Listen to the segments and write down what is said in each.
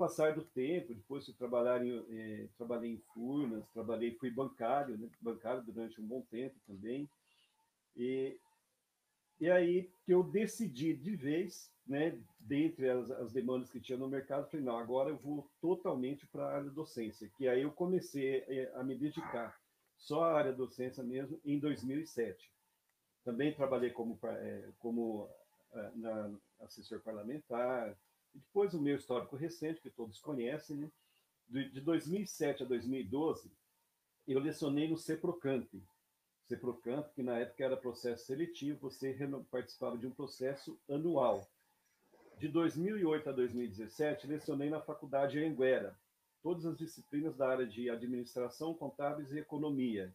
passar do tempo, depois fui trabalhar trabalhei em Furnas, fui bancário, né? Bancário durante um bom tempo também. E, e aí que eu decidi de vez, né, dentre as demandas que tinha no mercado, falei, não, agora eu vou totalmente para a área de docência, que aí eu comecei a me dedicar só à área de docência mesmo em 2007. Também trabalhei como assessor parlamentar, e depois o meu histórico recente, que todos conhecem, né? De 2007 a 2012, eu lecionei no CEPROCAMP. CEPROCAMP, que na época era processo seletivo, você participava de um processo anual. De 2008 a 2017, lecionei na Faculdade Anhanguera, todas as disciplinas da área de administração, contábeis e economia,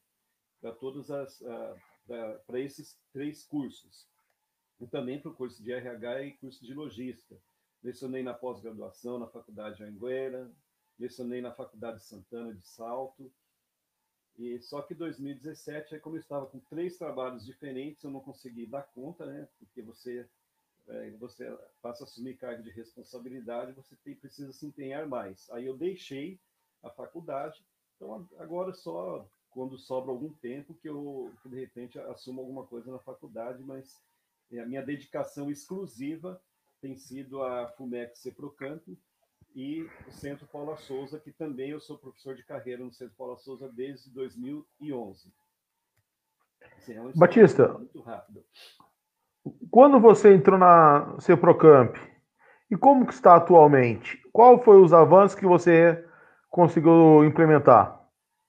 para esses 3 cursos. E também para o curso de RH e curso de logística. Lecionei na pós-graduação na Faculdade Anhanguera, lecionei na Faculdade Santana de Salto. E só que 2017, como eu estava com 3 trabalhos diferentes, eu não consegui dar conta, né? Porque você passa a assumir cargo de responsabilidade, precisa se empenhar mais. Aí eu deixei a faculdade, então agora só quando sobra algum tempo que de repente assumo alguma coisa na faculdade, mas a minha dedicação exclusiva tem sido a FUMEC CEPROCAMP e o Centro Paula Souza, que também eu sou professor de carreira no Centro Paula Souza desde 2011. Assim, é uma Batista, muito rápida. quando você entrou na CEPROCAMP, e como que está atualmente? Qual foi os avanços que você conseguiu implementar?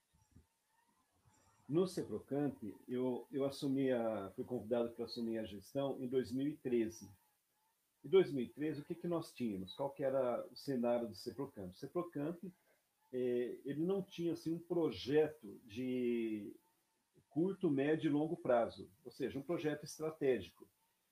No CEPROCAMP, fui convidado para assumir a gestão em 2013. Em 2013, o que nós tínhamos? Qual que era o cenário do CEPROCAMP? O CEPROCAMP, ele não tinha assim, um projeto de curto, médio e longo prazo, ou seja, um projeto estratégico.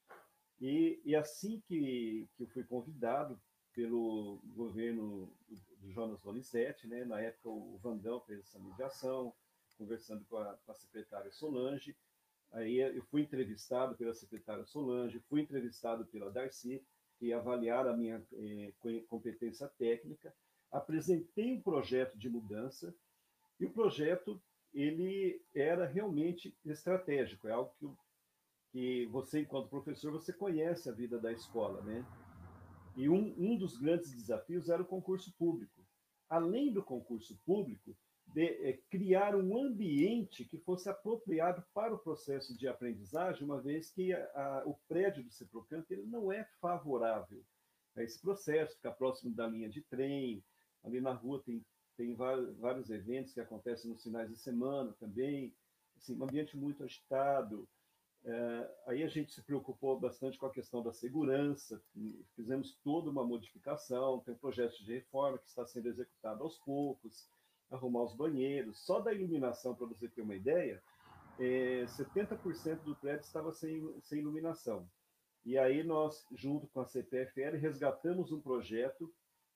E assim que eu fui convidado pelo governo do Jonas Donizete, né? Na época o Vandão fez essa mediação, conversando com a secretária Solange. Aí eu fui entrevistado pela secretária Solange, fui entrevistado pela Darcy, que avaliaram a minha competência técnica, apresentei um projeto de mudança, e o projeto ele era realmente estratégico, é algo que você, enquanto professor, você conhece a vida da escola, né? E um dos grandes desafios era o concurso público. Além do concurso público, criar um ambiente que fosse apropriado para o processo de aprendizagem, uma vez que o prédio do CEPROCAMP ele não é favorável a esse processo, fica próximo da linha de trem, ali na rua tem vários eventos que acontecem nos finais de semana também, assim, um ambiente muito agitado. Aí a gente se preocupou bastante com a questão da segurança, fizemos toda uma modificação, tem um projeto de reforma que está sendo executado aos poucos, arrumar os banheiros, só da iluminação, para você ter uma ideia, 70% do prédio estava sem iluminação. E aí nós, junto com a CPFL, resgatamos um projeto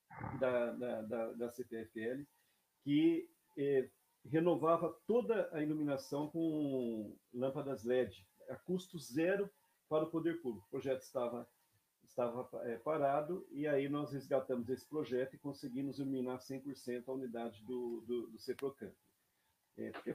da CPFL que renovava toda a iluminação com lâmpadas LED, a custo zero para o poder público. O projeto estava parado, e aí nós resgatamos esse projeto e conseguimos iluminar 100% a unidade do CEPROCAMP. Porque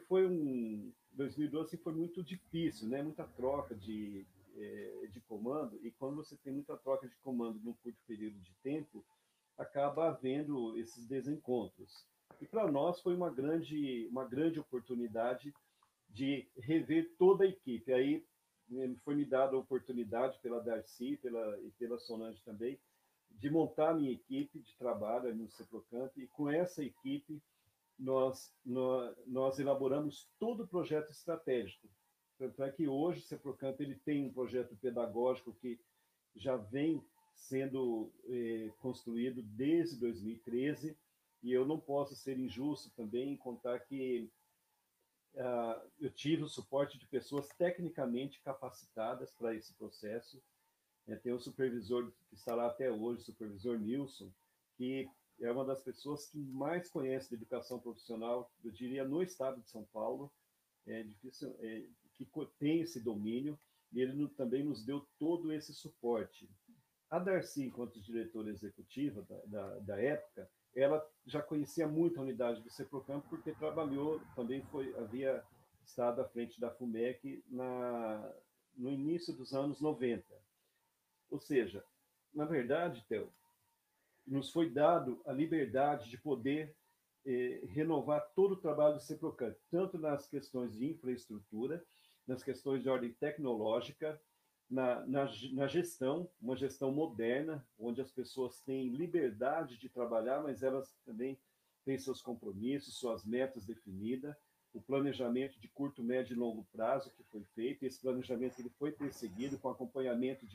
2012 foi muito difícil, né? Muita troca de comando, e quando você tem muita troca de comando num curto período de tempo, acaba havendo esses desencontros. E para nós foi uma grande oportunidade de rever toda a equipe. Aí foi me dada a oportunidade pela Darcy e pela Solange também, de montar a minha equipe de trabalho no CEPROCAMP, e com essa equipe nós elaboramos todo o projeto estratégico. Tanto é que hoje o CEPROCAMP ele tem um projeto pedagógico que já vem sendo construído desde 2013, e eu não posso ser injusto também em contar que eu tive o suporte de pessoas tecnicamente capacitadas para esse processo. Tem um supervisor que está lá até hoje, o supervisor Nilson, que é uma das pessoas que mais conhece de educação profissional, eu diria, no estado de São Paulo, que tem esse domínio, e ele também nos deu todo esse suporte. A Darcy, enquanto diretora executiva da época, ela já conhecia muito a unidade do Ceprocampo, porque trabalhou, também havia estado à frente da FUMEC no início dos anos 90. Ou seja, na verdade, Theo, nos foi dado a liberdade de poder renovar todo o trabalho do Ceprocamp, tanto nas questões de infraestrutura, nas questões de ordem tecnológica, na gestão, uma gestão moderna, onde as pessoas têm liberdade de trabalhar, mas elas também têm seus compromissos, suas metas definidas, o planejamento de curto, médio e longo prazo que foi feito, esse planejamento ele foi perseguido com acompanhamento de